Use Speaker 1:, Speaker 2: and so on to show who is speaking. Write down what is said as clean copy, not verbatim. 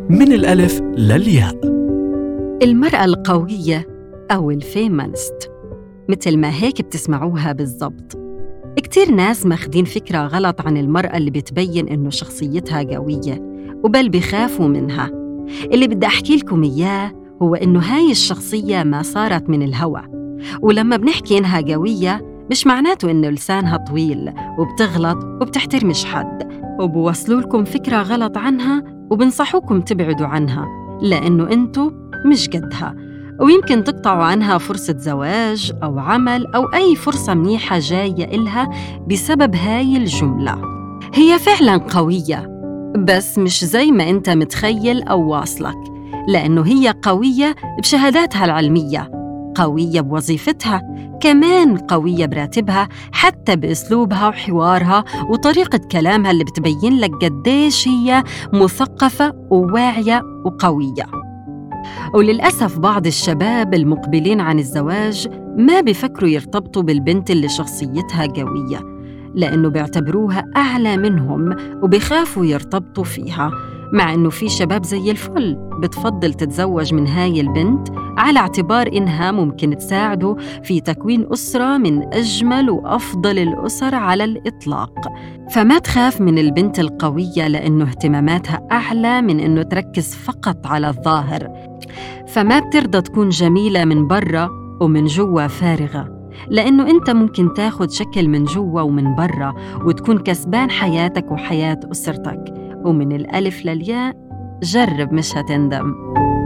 Speaker 1: من الألف للياء.
Speaker 2: المرأة القوية أو الفيمينست مثل ما هيك بتسمعوها بالضبط. كتير ناس ماخدين فكرة غلط عن المرأة اللي بتبين إنه شخصيتها قوية، وبل بيخافوا منها. اللي بدي أحكي لكم إياه هو إنه هاي الشخصية ما صارت من الهوى، ولما بنحكي إنها قوية مش معناته إنه لسانها طويل وبتغلط وبتحترمش حد، وبوصلوا لكم فكرة غلط عنها وبنصحوكم تبعدوا عنها لأنه أنتوا مش قدها، ويمكن تقطعوا عنها فرصة زواج أو عمل أو أي فرصة منيحة جاية إلها بسبب هاي الجملة. هي فعلاً قوية، بس مش زي ما أنت متخيل أو واصلك، لأنه هي قوية بشهاداتها العلمية، قوية بوظيفتها، كمان قوية براتبها، حتى بأسلوبها وحوارها وطريقة كلامها اللي بتبين لك قديش هي مثقفة وواعية وقوية. وللأسف بعض الشباب المقبلين عن الزواج ما بيفكروا يرتبطوا بالبنت اللي شخصيتها قوية، لأنه بيعتبروها أعلى منهم وبيخافوا يرتبطوا فيها، مع أنه في شباب زي الفل بتفضل تتزوج من هاي البنت على اعتبار إنها ممكن تساعده في تكوين أسرة من أجمل وأفضل الأسر على الإطلاق. فما تخاف من البنت القوية، لأنه اهتماماتها أعلى من أنه تركز فقط على الظاهر، فما بترضى تكون جميلة من برا ومن جوا فارغة، لأنه أنت ممكن تاخد شكل من جوا ومن برا وتكون كسبان حياتك وحياة أسرتك. ومن الألف للياء، جرب مش هتندم.